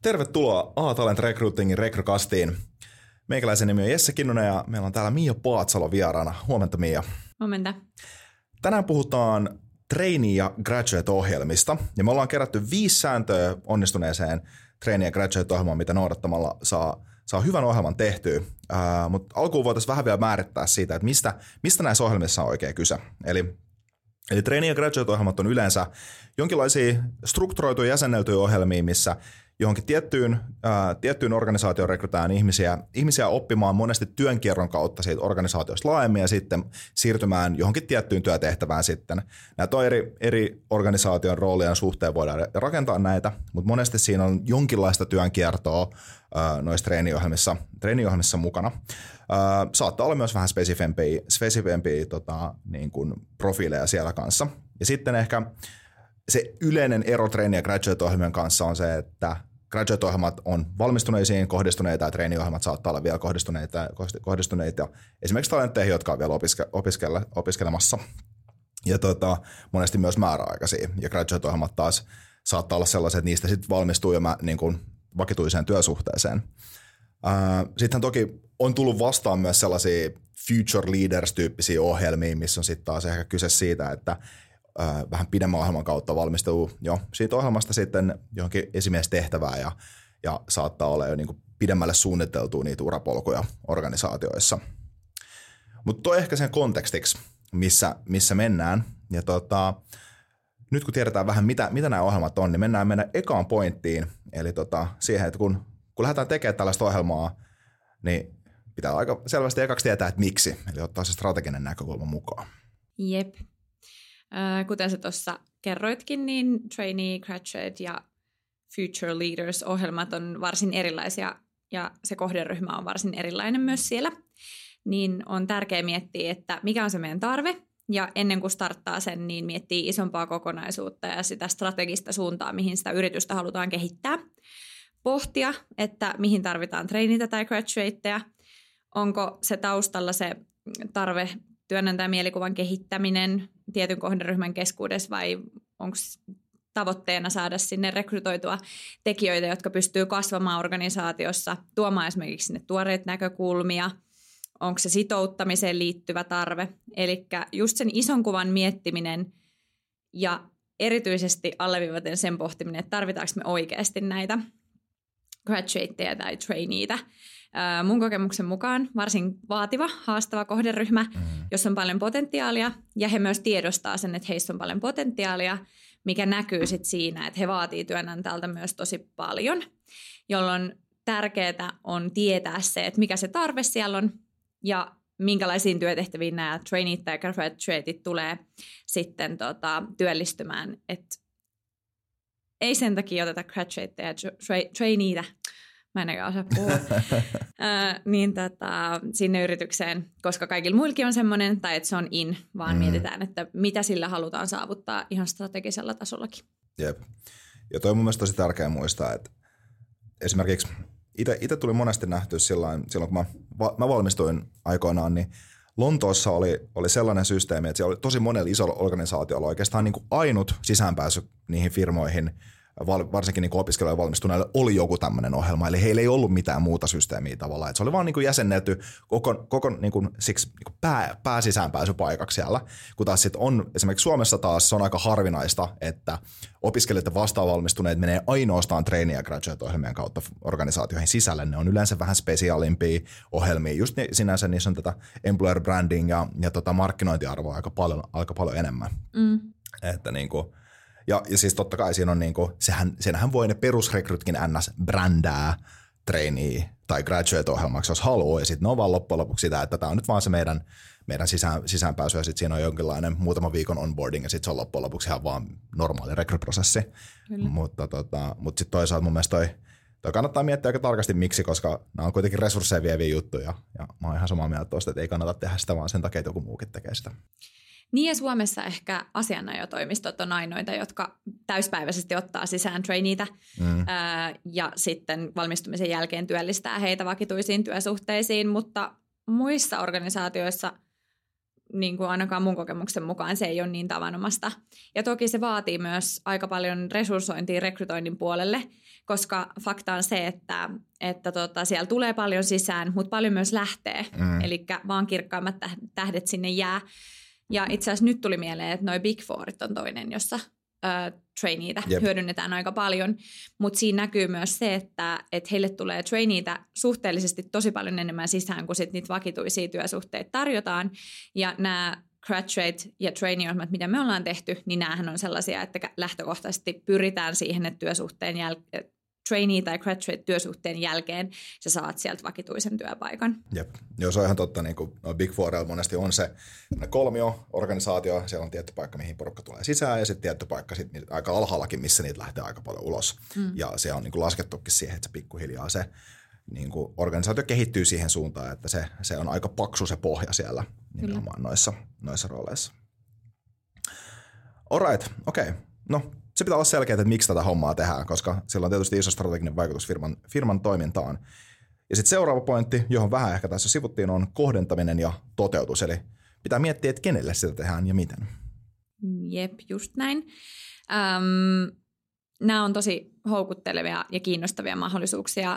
Tervetuloa A-Talent Recruitingin Rekrykastiin. Meikäläisen nimi on Jesse Kinnunen ja meillä on täällä Mia Paatsalo vieraana. Huomenta Mia. Huomenta. Tänään puhutaan trainee- ja graduate-ohjelmista ja me ollaan kerätty 5 sääntöä onnistuneeseen trainee- ja graduate-ohjelmaan, mitä noudattamalla saa hyvän ohjelman tehtyä. Mutta alkuun voitaisiin vähän vielä määrittää siitä, että mistä näissä ohjelmissa on oikein kyse. Eli trainee- ja graduate-ohjelmat on yleensä jonkinlaisia strukturoituja jäsenneltyjä ohjelmia, missä johonkin tiettyyn organisaatioon rekrytään ihmisiä oppimaan monesti työnkierron kautta siitä organisaatiosta laajemmin ja sitten siirtymään johonkin tiettyyn työtehtävään sitten. Näitä on eri organisaation roolien suhteen voidaan rakentaa näitä, mutta monesti siinä on jonkinlaista työnkiertoa noissa treeniohjelmissa mukana. Saattaa olla myös vähän spesifempiä niin kuin profiileja siellä kanssa. Ja sitten ehkä se yleinen ero trainee- ja graduate-ohjelmien kanssa on se, että graduate-ohjelmat on valmistuneisiin kohdistuneita ja trainee-ohjelmat saattaa olla vielä kohdistuneita esimerkiksi talentteihin, jotka on vielä opiskelemassa. Ja monesti myös määräaikaisia. Ja graduate-ohjelmat taas saattaa olla sellaiset, että niistä sitten valmistuu jo niin kuin vakituiseen työsuhteeseen. Sitten toki on tullut vastaan myös sellaisia future leaders-tyyppisiä ohjelmia, missä on sitten taas ehkä kyse siitä, että vähän pidemmän ohjelman kautta valmistuu jo siitä ohjelmasta sitten johonkin esimiestehtävään ja saattaa olla jo niin kuin pidemmälle suunniteltua niitä urapolkuja organisaatioissa. Mutta toi ehkä sen kontekstiksi, missä mennään. Ja nyt kun tiedetään vähän, mitä nämä ohjelmat on, niin mennään meidän ekaan pointtiin. Eli siihen, että kun lähdetään tekemään tällaista ohjelmaa, niin pitää aika selvästi ekaksi tietää, että miksi. Eli ottaa se strateginen näkökulma mukaan. Jep. Kuten sä tuossa kerroitkin, niin trainee, graduate ja future leaders -ohjelmat on varsin erilaisia ja se kohderyhmä on varsin erilainen myös siellä. Niin on tärkeää miettiä, että mikä on se meidän tarve ja ennen kuin starttaa sen, niin miettii isompaa kokonaisuutta ja sitä strategista suuntaa, mihin sitä yritystä halutaan kehittää. Pohtia, että mihin tarvitaan traineita tai graduateja. Onko se taustalla se tarve työnantajan mielikuvan kehittäminen tietyn kohderyhmän keskuudessa vai onko tavoitteena saada sinne rekrytoitua tekijöitä, jotka pystyy kasvamaan organisaatiossa, tuomaan esimerkiksi sinne tuoreita näkökulmia, onko se sitouttamiseen liittyvä tarve. Eli just sen ison kuvan miettiminen ja erityisesti alleviivaten sen pohtiminen, että tarvitaanko me oikeasti näitä graduateja tai traineita. Mun kokemuksen mukaan varsin vaativa, haastava kohderyhmä, jossa on paljon potentiaalia ja he myös tiedostaa sen, että heissä on paljon potentiaalia, mikä näkyy sit siinä, että he vaatii työnantajalta myös tosi paljon, jolloin tärkeää on tietää se, että mikä se tarve siellä on ja minkälaisiin työtehtäviin nämä traineet tai graduateit tulee sitten työllistymään, että ei sen takia oteta graduateja ja traineita, mä en enää osaa puhua, niin sinne yritykseen, koska kaikilla muillakin on semmoinen, tai että se on vaan mietitään, että mitä sillä halutaan saavuttaa ihan strategisella tasollakin. Jep. Ja toi on mun mielestä tosi tärkeää muistaa, että esimerkiksi itse tuli monesti nähtyä silloin kun mä valmistuin aikoinaan, niin Lontoossa oli sellainen systeemi, että siellä oli tosi monella isolla organisaatiolla oikeastaan niin kuin ainut sisäänpääsy niihin firmoihin, varsinkin niin opiskelijoille valmistuneille, oli joku tämmöinen ohjelma. Eli heillä ei ollut mitään muuta systeemiä tavallaan. Et se oli vaan niin kuin jäsennelty koko niin kuin, siksi, niin kuin pääsisäänpääsypaikaksi siellä. Kun taas sit on, esimerkiksi Suomessa taas se on aika harvinaista, että opiskelijat ja vastaavalmistuneet menee ainoastaan trainee- ja graduate-ohjelmien kautta organisaatioihin sisälle. Ne on yleensä vähän spesiaalimpia ohjelmia. Just sinänsä niissä on tätä employer branding ja markkinointiarvoa aika paljon enemmän. Että niin kuin, ja siis totta kai siinä on niinku, senhän voi ne perusrekrytkin ns. Brändää trainee tai graduate-ohjelmaksi, jos haluaa. Ja sitten ne on vaan loppujen lopuksi sitä, että tämä on nyt vaan se meidän sisäänpääsy ja sitten siinä on jonkinlainen muutama viikon onboarding ja sitten se on loppujen lopuksi ihan vaan normaali rekryprosessi. Mutta sitten toisaalta mun mielestä toi kannattaa miettiä aika tarkasti miksi, koska nämä on kuitenkin resursseja vieviä juttuja. Ja mä oon ihan samaa mieltä tuosta, että ei kannata tehdä sitä vaan sen takia, että joku muukin tekee sitä. Niin ja Suomessa ehkä asianajotoimistot on ainoita, jotka täyspäiväisesti ottaa sisään traineita ja sitten valmistumisen jälkeen työllistää heitä vakituisiin työsuhteisiin, mutta muissa organisaatioissa, niin kuin ainakaan mun kokemuksen mukaan, se ei ole niin tavanomasta. Ja toki se vaatii myös aika paljon resurssointia rekrytoinnin puolelle, koska fakta on se, että siellä tulee paljon sisään, mutta paljon myös lähtee. Eli vaan kirkkaimmat tähdet sinne jää. Ja itse asiassa nyt tuli mieleen, että noi Big Fourit on toinen, jossa traineita hyödynnetään aika paljon. Mutta siinä näkyy myös se, että heille tulee traineita suhteellisesti tosi paljon enemmän sisään, kun sit niitä vakituisia työsuhteita tarjotaan. Ja nämä graduate- ja trainee-ohjelmat, mitä me ollaan tehty, niin näähän on sellaisia, että lähtökohtaisesti pyritään siihen, että trainee- tai graduate-työsuhteen jälkeen sä saat sieltä vakituisen työpaikan. Jep. Joo, se on ihan totta. Niin kuin Big Fourilla monesti on se kolmio-organisaatio. Siellä on tietty paikka, mihin porukka tulee sisään, ja sitten tietty paikka sit aika alhaallakin, missä niitä lähtee aika paljon ulos. Ja se on niin kuin laskettukin siihen, että se pikkuhiljaa se niin kuin organisaatio kehittyy siihen suuntaan, että se on aika paksu se pohja siellä nimenomaan noissa rooleissa. Alright, okei. No, se pitää olla selkeää, että miksi tätä hommaa tehdään, koska sillä on tietysti iso strateginen vaikutus firman toimintaan. Ja sitten seuraava pointti, johon vähän ehkä tässä sivuttiin, on kohdentaminen ja toteutus. Eli pitää miettiä, että kenelle sitä tehdään ja miten. Jep, just näin. Nämä on tosi houkuttelevia ja kiinnostavia mahdollisuuksia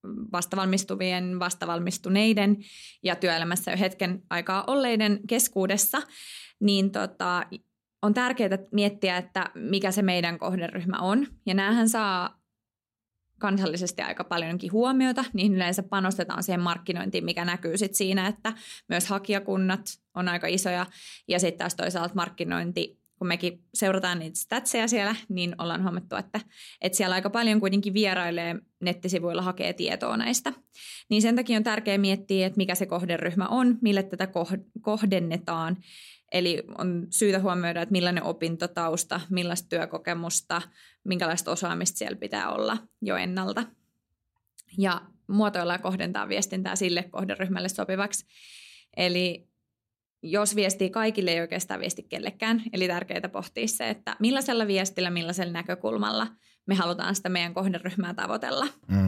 vastavalmistuneiden ja työelämässä jo hetken aikaa olleiden keskuudessa, niin on tärkeää miettiä, että mikä se meidän kohderyhmä on. Ja näähän saa kansallisesti aika paljonkin huomiota. Niihin yleensä panostetaan siihen markkinointiin, mikä näkyy sitten siinä, että myös hakijakunnat on aika isoja. Ja sitten taas toisaalta markkinointi, kun mekin seurataan niitä statseja siellä, niin ollaan huomattu, että siellä aika paljon kuitenkin vierailee nettisivuilla, hakee tietoa näistä. Niin sen takia on tärkeää miettiä, että mikä se kohderyhmä on, mille tätä kohdennetaan. Eli on syytä huomioida, että millainen opintotausta, millaista työkokemusta, minkälaista osaamista siellä pitää olla jo ennalta. Ja muotoilla ja kohdentaa viestintää sille kohderyhmälle sopivaksi. Eli jos viestii kaikille, ei oikeastaan viesti kellekään. Eli tärkeää pohtia se, että millaisella viestillä, millaisella näkökulmalla me halutaan sitä meidän kohderyhmää tavoitella.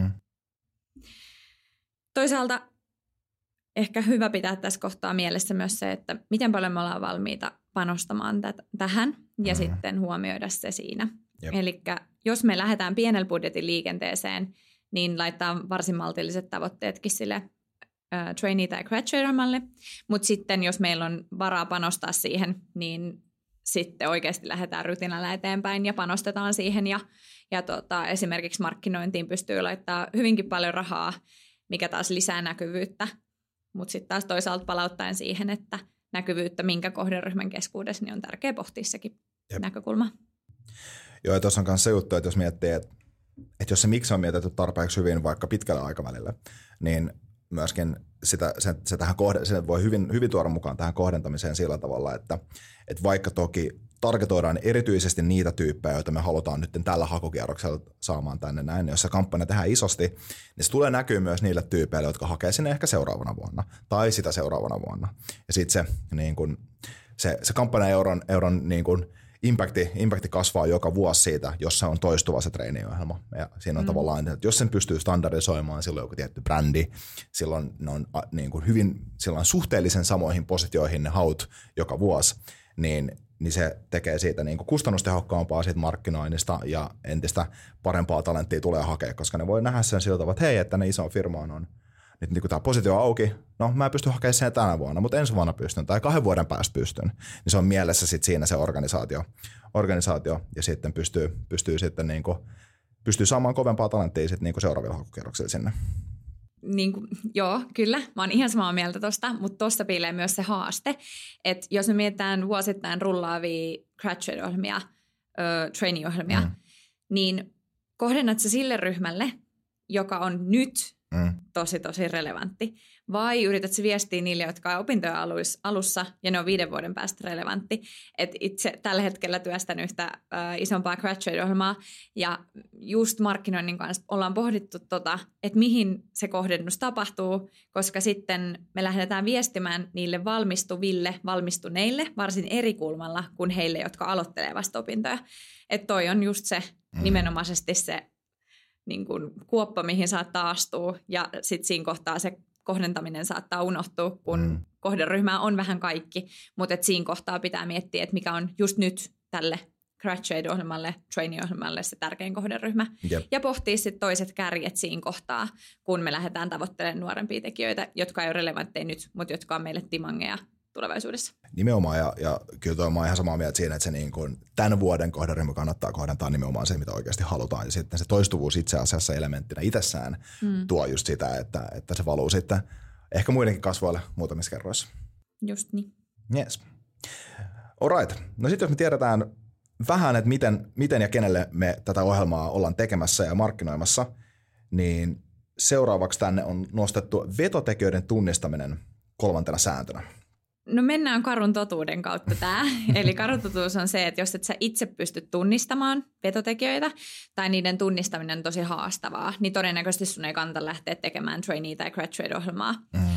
Toisaalta ehkä hyvä pitää tässä kohtaa mielessä myös se, että miten paljon me ollaan valmiita panostamaan tähän ja sitten huomioida se siinä. Eli jos me lähdetään pienellä budjetin liikenteeseen, niin laittaa varsin maltilliset tavoitteetkin sille trainee- tai graduate-ohjelmalle. Mutta sitten jos meillä on varaa panostaa siihen, niin sitten oikeasti lähdetään rytinällä eteenpäin ja panostetaan siihen. Ja esimerkiksi markkinointiin pystyy laittaa hyvinkin paljon rahaa, mikä taas lisää näkyvyyttä. Mutta sitten taas toisaalta palauttaen siihen, että näkyvyyttä minkä kohderyhmän keskuudessa, niin on tärkeää pohtia sekin näkökulma. Joo, ja tuossa on myös se juttu, että jos miettii, että jos se miksi on mietitty tarpeeksi hyvin vaikka pitkällä aikavälillä, niin myöskin se voi hyvin tuoda mukaan tähän kohdentamiseen sillä tavalla, että vaikka toki targetoidaan erityisesti niitä tyyppejä, joita me halutaan nyt tällä hakukierroksella saamaan tänne näin. Jos se kampanja tehdään isosti, niin se tulee näkyä myös niille tyypeille, jotka hakee sinne ehkä seuraavana vuonna tai sitä seuraavana vuonna. Ja sitten se kampanjaeuron niin kuin impacti kasvaa joka vuosi siitä, jos se on toistuva se treeniohjelma. Ja siinä on tavallaan, että jos sen pystyy standardisoimaan, silloin joku tietty brändi, silloin ne on niin kuin silloin suhteellisen samoihin positioihin ne haut joka vuosi, niin se tekee siitä niin kuin kustannustehokkaampaa siitä markkinoinnista ja entistä parempaa talenttia tulee hakea, koska ne voi nähdä sen sillä tavalla, että hei, että ne iso firma on nyt niin kuin tämä positio auki, no mä en pysty hakemaan sen tänä vuonna, mutta ensi vuonna pystyn tai 2 vuoden päästä pystyn. Niin se on mielessä sitten siinä se organisaatio ja sitten pystyy sitten niin kuin, pystyy saamaan kovempaa talenttia sitten niin kuin seuraavilla hakukierroksilla sinne. Joo, kyllä. Mä oon ihan samaa mieltä tosta, mutta tossa piilee myös se haaste, että jos me mietitään vuosittain rullaavia graduate-ohjelmia, trainee-ohjelmia, niin kohdennat se sille ryhmälle, joka on nyt tosi relevantti, vai yrität se viestiä niille, jotka on opintojen alussa ja ne on 5 vuoden päästä relevantti. Et itse tällä hetkellä työstän yhtä isompaa graduate-ohjelmaa ja just markkinoinnin kanssa ollaan pohdittu että mihin se kohdennus tapahtuu, koska sitten me lähdetään viestimään niille valmistuneille varsin eri kulmalla kuin heille, jotka aloittelee vasta opintoja. Että toi on just se nimenomaisesti se niin kuin kuoppa, mihin saattaa astua ja sitten siinä kohtaa se kohdentaminen saattaa unohtua, kun kohderyhmä on vähän kaikki, mutta siinä kohtaa pitää miettiä, että mikä on just nyt tälle graduate-ohjelmalle, trainee-ohjelmalle se tärkein kohderyhmä. Jep. Ja pohtia sitten toiset kärjet siinä kohtaa, kun me lähdetään tavoittelemaan nuorempia tekijöitä, jotka ei ole relevantteja nyt, mutta jotka on meille timangeja tulevaisuudessa. Nimenomaan, ja kyllä mä oon ihan samaa mieltä siinä, että se niin kuin tämän vuoden kohderyhmä kannattaa kohdentaa nimenomaan se, mitä oikeasti halutaan. Ja sitten se toistuvuus itse asiassa elementtinä itsessään tuo just sitä, että se valuu sitten ehkä muidenkin kasvoille muutamissa kerroissa. Just niin. Yes. Alright. No sitten jos me tiedetään vähän, että miten ja kenelle me tätä ohjelmaa ollaan tekemässä ja markkinoimassa, niin seuraavaksi tänne on nostettu vetotekijöiden tunnistaminen 3. sääntönä. No mennään karun totuuden kautta tämä. Eli karun totuus on se, että jos et sä itse pysty tunnistamaan vetotekijöitä tai niiden tunnistaminen on tosi haastavaa, niin todennäköisesti sun ei kannata lähteä tekemään trainee- tai graduate-ohjelmaa.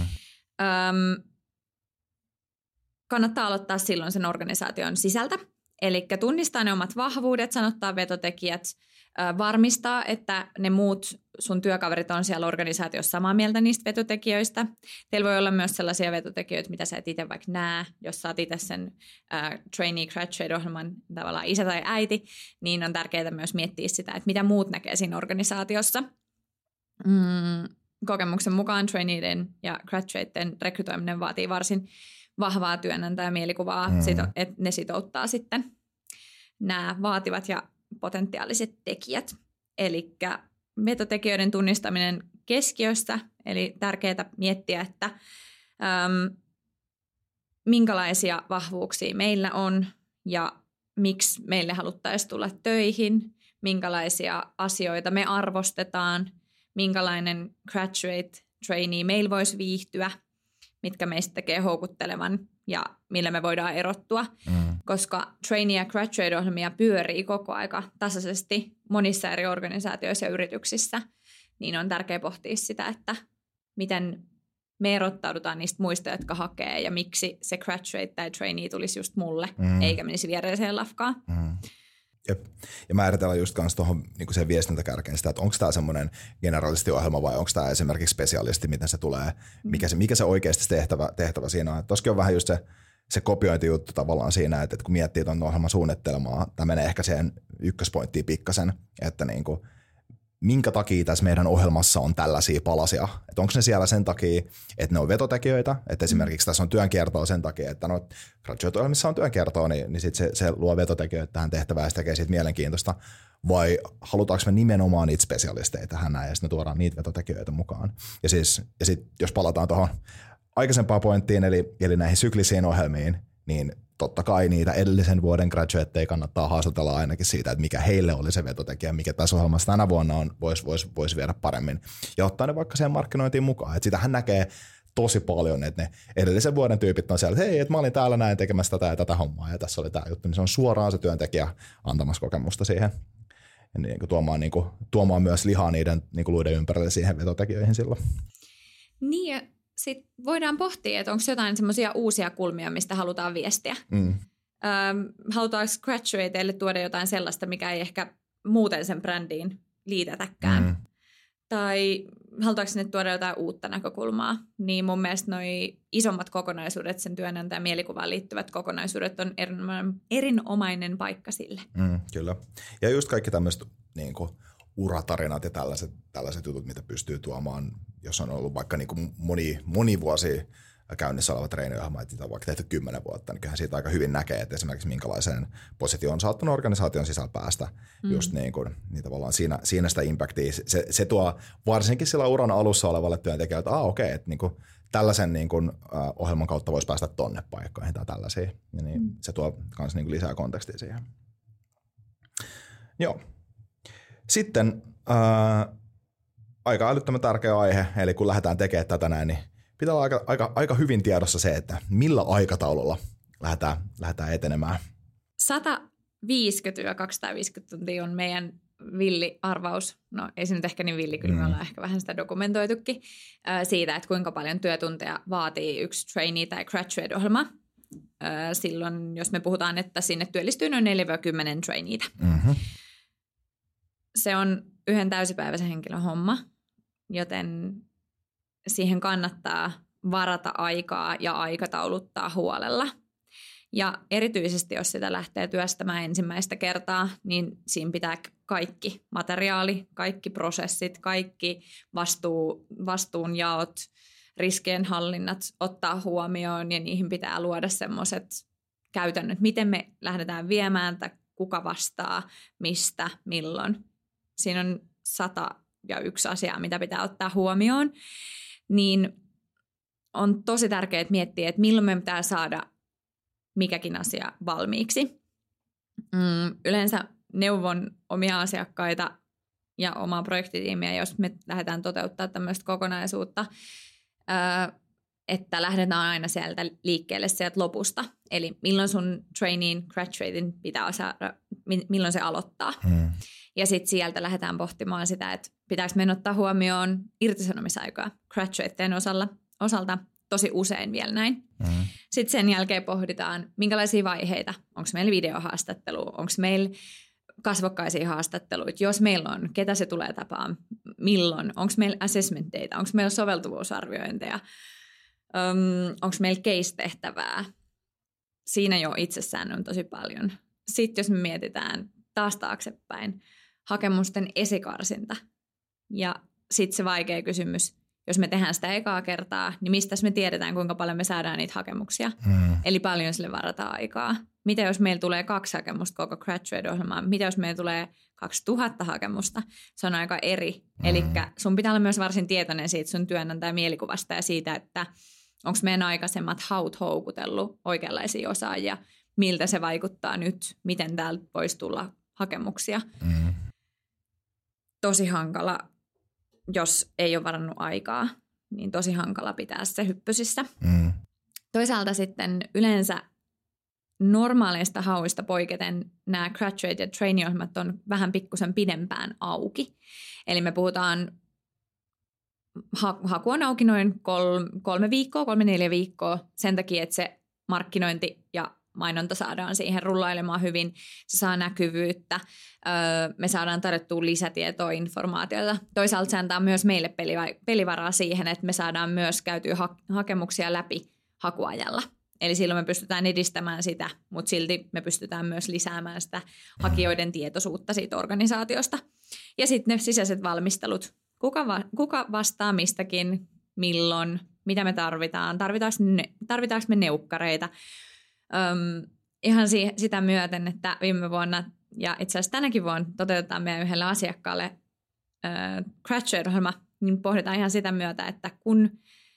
Kannattaa aloittaa silloin sen organisaation sisältä. Eli tunnistaa ne omat vahvuudet, sanottaa vetotekijät, varmistaa, että ne muut sun työkaverit on siellä organisaatiossa samaa mieltä niistä vetotekijöistä. Teillä voi olla myös sellaisia vetotekijöitä, mitä sä et itse vaikka näe, jos sä oot itse sen trainee graduate-ohjelman tavallaan isä tai äiti, niin on tärkeää myös miettiä sitä, että mitä muut näkee siinä organisaatiossa. Kokemuksen mukaan traineiden ja graduateiden rekrytoiminen vaatii varsin vahvaa työnantajamielikuvaa, että ne sitouttaa sitten nämä vaativat ja potentiaaliset tekijät. Eli vetotekijöiden tunnistaminen keskiössä, eli tärkeää miettiä, että minkälaisia vahvuuksia meillä on ja miksi meille haluttaisiin tulla töihin, minkälaisia asioita me arvostetaan, minkälainen graduate trainee meillä voisi viihtyä, mitkä meistä tekee houkuttelevan ja millä me voidaan erottua, koska trainee- ja graduate-ohjelmia pyörii koko aika tasaisesti monissa eri organisaatioissa ja yrityksissä, niin on tärkeää pohtia sitä, että miten me erottaudutaan niistä muista, jotka hakee ja miksi se graduate tai trainee tulisi just mulle, eikä menisi viereiseen lafkaan. Jep. Ja määritellään just kanssa tuohon niin sen viestintäkärkeen sitä, että onko tämä semmoinen generalistiohjelma vai onko tämä esimerkiksi spesialisti, miten se tulee, mikä se oikeasti tehtävä siinä on. Tossakin on vähän just se kopiointijuttu tavallaan siinä, että kun miettii tuon ohjelman suunnittelemaa, tämä menee ehkä siihen ykköspointtiin pikkasen, että niin kuin, minkä takia tässä meidän ohjelmassa on tällaisia palasia. Että onko ne siellä sen takia, että ne on vetotekijöitä, että esimerkiksi tässä on työnkertoa sen takia, että no graduate-ohjelmissa on työnkertoa, niin sitten se luo vetotekijöitä tähän tehtävään ja se tekee siitä mielenkiintoista. Vai halutaanko me nimenomaan niitä spesialisteja tähän näin ja sitten me tuodaan niitä vetotekijöitä mukaan. Ja sitten jos palataan tuohon aikaisempaan pointtiin, eli näihin syklisiin ohjelmiin, niin totta kai niitä edellisen vuoden graduateja kannattaa haastatella ainakin siitä, että mikä heille oli se vetotekijä, mikä tässä ohjelmassa tänä vuonna voisi viedä paremmin. Ja ottaa ne vaikka siihen markkinointiin mukaan. Että sitähän näkee tosi paljon, että ne edellisen vuoden tyypit on siellä, että hei, että mä olin täällä näin tekemässä tätä ja tätä hommaa ja tässä oli tämä juttu. Niin se on suoraan se työntekijä antamassa kokemusta siihen. Ja tuomaan myös lihaa niiden luiden ympärille siihen vetotekijöihin silloin. Niin ja sitten voidaan pohtia, että onko jotain semmoisia uusia kulmia, mistä halutaan viestiä. Halutaanko graduateille tuoda jotain sellaista, mikä ei ehkä muuten sen brändiin liitetäkään. Tai halutaanko sinne tuoda jotain uutta näkökulmaa. Niin mun mielestä noi isommat kokonaisuudet, sen työnantajan mielikuvaan liittyvät kokonaisuudet on erinomainen paikka sille. Kyllä. Ja just kaikki tämmöiset niin kuin uratarinat ja tällaiset jutut, mitä pystyy tuomaan, jos on ollut vaikka niin kuin moni vuosi käynnissä oleva treeniohjelma, että on vaikka tehty 10 vuotta, niin kyllähän siitä aika hyvin näkee, että esimerkiksi minkälaiseen positioon on saattanut organisaation sisällä päästä. Just niin tavallaan siinä sitä impactia. Se tuo varsinkin sillä uran alussa olevalle työntekijälle, että okei, että niin kuin tällaisen niin kuin, ohjelman kautta voisi päästä tonne paikkoihin tai tällaisiin. Ja niin se tuo myös niin kuin lisää kontekstia siihen. Joo. Sitten aika älyttömän tärkeä aihe, eli kun lähdetään tekemään tätä näin, niin pitää olla aika hyvin tiedossa se, että millä aikataululla lähdetään etenemään. 150-250 tuntia on meidän villiarvaus. No ei se nyt ehkä niin villi, kyllä me ollaan ehkä vähän sitä dokumentoitukin siitä, että kuinka paljon työtunteja vaatii yksi trainee- tai graduate-ohjelma. Silloin, jos me puhutaan, että sinne työllistyy noin 4-10 traineita. Se on yhden täysipäiväisen henkilön homma, joten siihen kannattaa varata aikaa ja aikatauluttaa huolella. Ja erityisesti, jos sitä lähtee työstämään ensimmäistä kertaa, niin siinä pitää kaikki materiaali, kaikki prosessit, kaikki vastuunjaot, riskienhallinnat ottaa huomioon ja niihin pitää luoda semmoiset käytännöt, miten me lähdetään viemään tai kuka vastaa, mistä, milloin. Siinä on 101 asiaa, mitä pitää ottaa huomioon. Niin on tosi tärkeää miettiä, että milloin me pitää saada mikäkin asia valmiiksi. Yleensä neuvon omia asiakkaita ja omaa projektitiimiä, jos me lähdetään toteuttaa tämmöistä kokonaisuutta, että lähdetään aina sieltä liikkeelle sieltä lopusta. Eli milloin sun traineein, graduatein pitää saada, milloin se aloittaa. Ja sitten sieltä lähdetään pohtimaan sitä, että pitääkö meidän ottaa huomioon irtisanomisaikaa graduateen osalta tosi usein vielä näin. Sitten sen jälkeen pohditaan, minkälaisia vaiheita. Onko meillä videohaastattelu, onko meillä kasvokkaisia haastatteluita, jos meillä on, ketä se tulee tapaan, milloin, onko meillä assessment data, onko meillä soveltuvuusarviointeja, onko meillä case-tehtävää. Siinä jo itsessään on tosi paljon. Sitten jos me mietitään taas taaksepäin, hakemusten esikarsinta ja sitten se vaikea kysymys, jos me tehdään sitä ekaa kertaa, niin mistä me tiedetään, kuinka paljon me saadaan niitä hakemuksia. Eli paljon sille varataan aikaa. Mitä jos meillä tulee 2 hakemusta koko graduate-ohjelmaan? Mitä jos meillä tulee 2000 hakemusta? Se on aika eri. Eli sun pitää olla myös varsin tietoinen siitä sun työnantajan mielikuvasta ja siitä, että onko meidän aikaisemmat haut houkutellut oikeanlaisia osaajia, miltä se vaikuttaa nyt, miten täältä voisi tulla hakemuksia. Tosi hankala, jos ei ole varannut aikaa, niin tosi hankala pitää se hyppysissä. Toisaalta sitten yleensä normaaleista hauista poiketen nämä graduate- ja trainee-ohjelmat on vähän pikkusen pidempään auki. Eli me puhutaan, haku on auki noin 3-4 viikkoa sen takia, että se markkinointi ja mainonta saadaan siihen rullailemaan hyvin. Se saa näkyvyyttä. Me saadaan tarjottua lisätietoa, informaatiota. Toisaalta se antaa myös meille pelivaraa siihen, että me saadaan myös käytyä hakemuksia läpi hakuajalla. Eli silloin me pystytään edistämään sitä, mutta silti me pystytään myös lisäämään sitä hakijoiden tietoisuutta siitä organisaatiosta. Ja sitten ne sisäiset valmistelut. Kuka vastaa mistäkin, milloin, mitä me tarvitaan, tarvitaanko me neukkareita. Ihan sitä myöten, että viime vuonna ja itse asiassa tänäkin vuonna toteutetaan meidän yhdelle asiakkaalle graduate-ohjelma, niin pohditaan ihan sitä myötä, että kun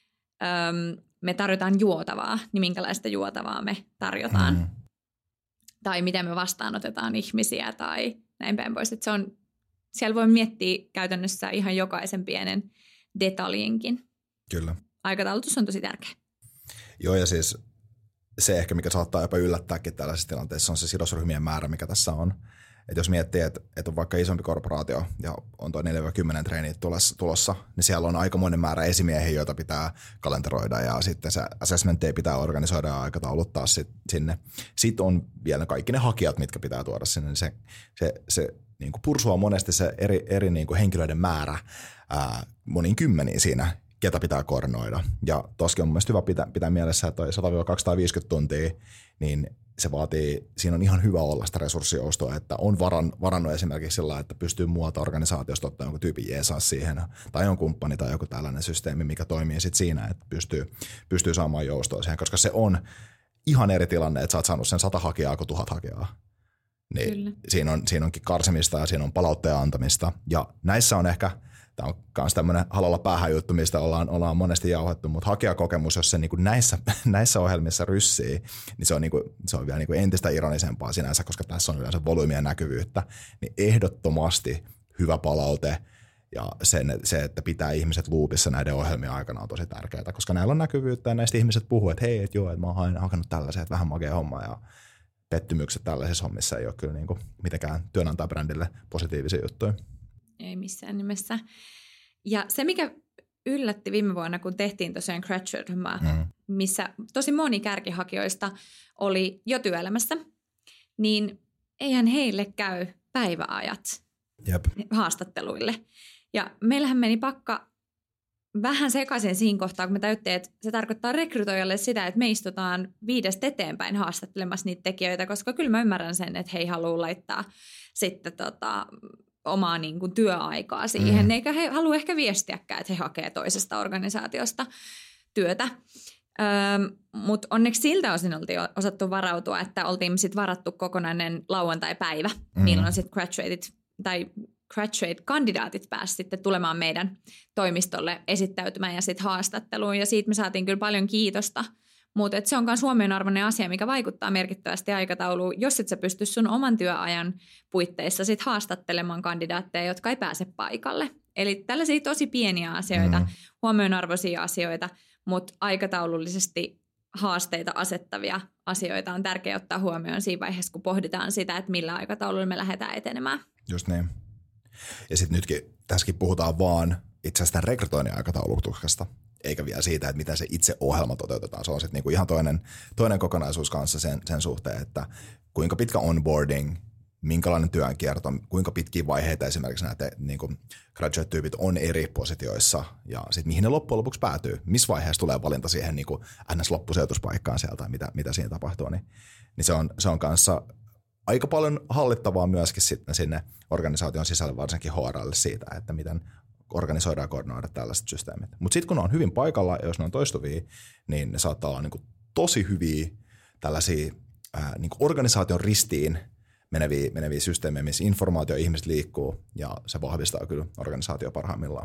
me tarjotaan juotavaa, niin minkälaista juotavaa me tarjotaan. Tai miten me vastaanotetaan ihmisiä tai näin päin pois. Että siellä voi miettiä käytännössä ihan jokaisen pienen detaljinkin. Kyllä. Aikataulutus on tosi tärkeä. Joo, ja siis se ehkä, mikä saattaa jopa yllättääkin tällaisissa tilanteissa, on se sidosryhmien määrä, mikä tässä on. Että jos miettii, että on vaikka isompi korporaatio ja on tuo 4-10 treeniä tulossa, niin siellä on aikamoinen määrä esimiehiä, joita pitää kalenteroida ja sitten se assessment day pitää organisoida ja aikatauluttaa sinne. Sitten on vielä kaikki ne hakijat, mitkä pitää tuoda sinne. Niin se niin kuin pursua monesti se eri niin kuin henkilöiden määrä moniin kymmeniin siinä, ketä pitää koordinoida. Ja toskin on mun mielestä hyvä pitää mielessä, että toi 100-250 tuntia, niin se vaatii, siinä on ihan hyvä olla sitä resurssijoustoa, että on varannut esimerkiksi sillä, että pystyy muualta organisaatiosta ottaa jonkun tyypin jeesaa siihen, tai on kumppani tai joku tällainen systeemi, mikä toimii sitten siinä, että pystyy saamaan joustoa siihen, koska se on ihan eri tilanne, että sä oot saanut sen 100 hakijaa kuin 1000 hakijaa. Niin siinä onkin karsimista ja siinä on palautteen antamista, ja näissä on ehkä, tämä on myös tämmöinen halalla päähän juttu, mistä ollaan monesti jauhettu, mutta hakijakokemus, jos se niin kuin näissä ohjelmissa ryssii, niin se on vielä niin kuin entistä ironisempaa sinänsä, koska tässä on yleensä volyymia ja näkyvyyttä, niin ehdottomasti hyvä palaute ja se, että pitää ihmiset loopissa näiden ohjelmien aikana on tosi tärkeää, koska näillä on näkyvyyttä ja näistä ihmiset puhuu, että hei, että joo, että mä oon hakenut tällaisen, että vähän makea homma ja pettymykset tällaisissa hommissa ei ole kyllä niin kuin mitenkään työnantajabrändille positiivisia juttuja. Ei missään nimessä. Ja se, mikä yllätti viime vuonna, kun tehtiin tosiaan graduate-ohjelmaa, missä tosi moni kärkihakijoista oli jo työelämässä, niin eihän heille käy päiväajat haastatteluille. Ja meillähän meni pakka vähän sekaisin siinä kohtaa, kun me täyttiin, että se tarkoittaa rekrytoijalle sitä, että me istutaan 5 eteenpäin haastattelemassa niitä tekijöitä, koska kyllä mä ymmärrän sen, että he ei halua laittaa sitten omaa niin kuin työaikaa siihen, eikä he halua ehkä viestiäkään, että he hakee toisesta organisaatiosta työtä. Mutta onneksi siltä osin oltiin osattu varautua, että oltiin sitten varattu kokonainen lauantai-päivä, milloin sitten graduate-kandidaatit pääsivät sitten tulemaan meidän toimistolle esittäytymään ja sitten haastatteluun. Ja siitä me saatiin kyllä paljon kiitosta. Mutta se on myös huomionarvoinen asia, mikä vaikuttaa merkittävästi aikatauluun, jos et sä pysty sun oman työajan puitteissa sit haastattelemaan kandidaatteja, jotka ei pääse paikalle. Eli tällaisia tosi pieniä asioita, huomionarvoisia asioita, mutta aikataulullisesti haasteita asettavia asioita on tärkeää ottaa huomioon siinä vaiheessa, kun pohditaan sitä, että millä aikataululla me lähdetään etenemään. Just niin. Ja sitten nytkin, tässäkin puhutaan vaan itse asiassa rekrytoinnin aikataulutuksesta, eikä vielä siitä, että miten se itse ohjelma toteutetaan. Se on sitten niinku ihan toinen kokonaisuus kanssa sen suhteen, että kuinka pitkä onboarding, minkälainen työnkierto, kuinka pitkiä vaiheita esimerkiksi nämä niinku graduate-tyypit on eri positioissa ja sitten mihin ne loppujen lopuksi päätyy. Missä vaiheessa tulee valinta siihen niinku NS-loppusijoituspaikkaan sieltä, mitä siinä tapahtuu. Niin se on kanssa aika paljon hallittavaa myöskin sitten sinne organisaation sisälle, varsinkin HR:lle siitä, että miten organisoidaan ja koordinoida tällaiset systeemit. Mutta sitten kun ne on hyvin paikalla ja jos ne on toistuvia, niin ne saattaa olla niinku tosi hyviä tällaisia niinku organisaation ristiin meneviä systeemejä, missä informaatio ihmiset liikkuu ja se vahvistaa kyllä organisaatio parhaimmillaan.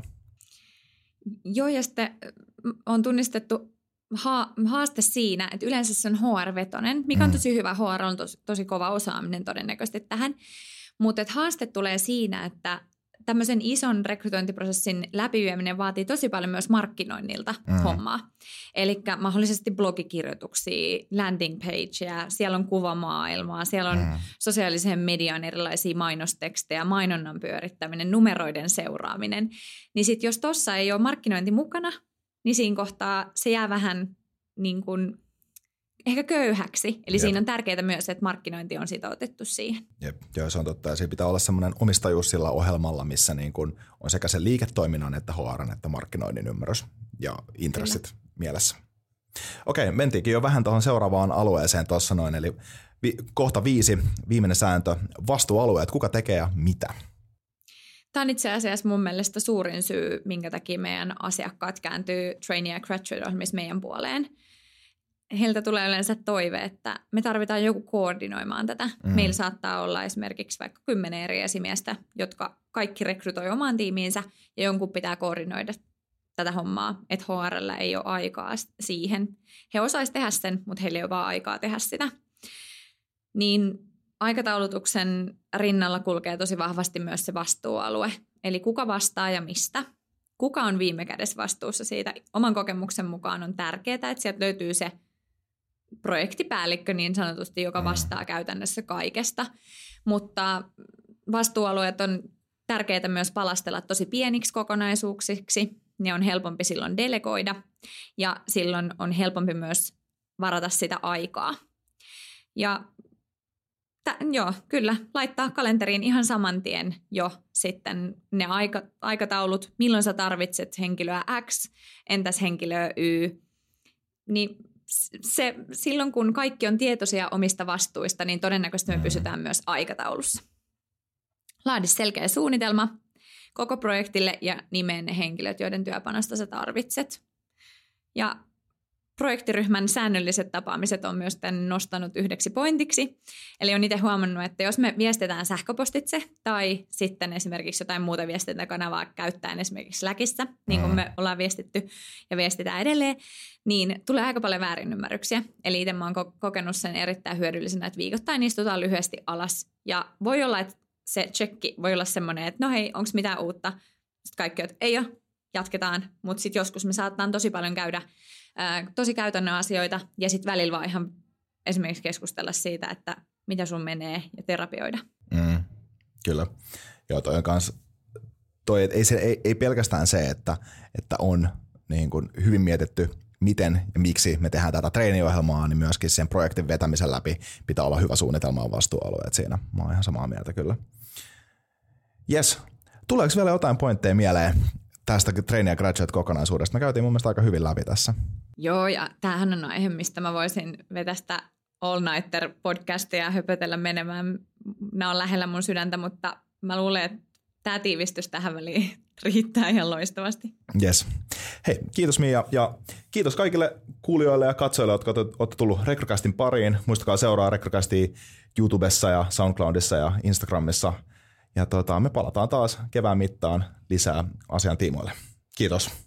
Joo, ja sitten on tunnistettu haaste siinä, että yleensä se on HR-vetonen, mikä on tosi hyvä. HR on tosi kova osaaminen todennäköisesti tähän, mutta haaste tulee siinä, että tämmöisen ison rekrytointiprosessin läpivieminen vaatii tosi paljon myös markkinoinnilta hommaa. Eli mahdollisesti blogikirjoituksia, landing pageja, siellä on kuvamaailmaa, siellä on sosiaalisen median erilaisia mainostekstejä, mainonnan pyörittäminen, numeroiden seuraaminen. Niin sitten jos tuossa ei ole markkinointi mukana, niin siinä kohtaa se jää vähän niin kuin ehkä köyhäksi. Eli siinä on tärkeää myös, että markkinointi on sitoutettu siihen. Joo, se on totta. Ja siinä pitää olla semmoinen omistajuus sillä ohjelmalla, missä niin kun on sekä se liiketoiminnan että HR:n että markkinoinnin ymmärrys ja intressit mielessä. Okei, mentiinkin jo vähän tuohon seuraavaan alueeseen tuossa noin. Eli kohta 5, viimeinen sääntö, vastuualueet, kuka tekee ja mitä? Tämä on itse asiassa mun mielestä suurin syy, minkä takia meidän asiakkaat kääntyy trainee- ja graduate-ohjelmissa meidän puoleen. Heiltä tulee yleensä toive, että me tarvitaan joku koordinoimaan tätä. Meillä saattaa olla esimerkiksi vaikka 10 eri esimiestä, jotka kaikki rekrytoi omaan tiimiinsä ja jonkun pitää koordinoida tätä hommaa, että HR:llä ei ole aikaa siihen. He osaisivat tehdä sen, mutta heillä ei ole vaan aikaa tehdä sitä. Niin aikataulutuksen rinnalla kulkee tosi vahvasti myös se vastuualue. Eli kuka vastaa ja mistä. Kuka on viime kädessä vastuussa siitä. Oman kokemuksen mukaan on tärkeää, että sieltä löytyy se projektipäällikkö niin sanotusti, joka vastaa käytännössä kaikesta. Mutta vastuualueet on tärkeää myös palastella tosi pieniksi kokonaisuuksiksi. Ne on helpompi silloin delegoida ja silloin on helpompi myös varata sitä aikaa. Ja joo, kyllä, laittaa kalenteriin ihan saman tien jo sitten ne aikataulut, milloin sä tarvitset henkilöä X, entäs henkilöä Y. Niin silloin kun kaikki on tietoisia omista vastuista, niin todennäköisesti me pysytään myös aikataulussa. Laadi selkeä suunnitelma koko projektille ja nimeen ne henkilöt, joiden työpanosta sä tarvitset. Ja projektiryhmän säännölliset tapaamiset on myös tämän nostanut yhdeksi pointiksi. Eli on itse huomannut, että jos me viestitään sähköpostitse tai sitten esimerkiksi jotain muuta viestintäkanavaa käyttäen esimerkiksi Slackissa, niin kuin me ollaan viestitty ja viestitään edelleen, niin tulee aika paljon väärinymmärryksiä. Eli itse mä oon kokenut sen erittäin hyödyllisenä, että viikoittain istutaan lyhyesti alas. Ja voi olla, että se tsekki voi olla semmoinen, että no hei, onko mitään uutta? Sitten kaikki, että ei ole, jatketaan. Mutta sitten joskus me saattaa tosi paljon käydä tosi käytännön asioita ja sitten välillä vaan ihan esimerkiksi keskustella siitä, että mitä sun menee ja terapioida. Kyllä. Joo, toi on kans, ei pelkästään se, että on niin kuin hyvin mietitty, miten ja miksi me tehdään tätä treeniohjelmaa, niin myöskin sen projektin vetämisen läpi pitää olla hyvä suunnitelma ja vastuualueet siinä. Mä oon ihan samaa mieltä kyllä. Jes, tuleeko vielä jotain pointteja mieleen tästä Trainee ja Graduate-kokonaisuudesta. Me käytiin mun mielestä aika hyvin läpi tässä. Joo, ja tämähän on aihe, mistä mä voisin vetästä All-Nighter-podcastia ja höpötellä menemään. Nämä on lähellä mun sydäntä, mutta mä luulen, että tämä tiivistys tähän väliin riittää ihan loistavasti. Yes. Hei, kiitos Mia ja kiitos kaikille kuulijoille ja katsojille, jotka olette tullut Rekrocastin pariin. Muistakaa seuraa Rekrocastia YouTubessa ja SoundCloudissa ja Instagramissa. Ja me palataan taas kevään mittaan lisää asian tiimoille. Kiitos.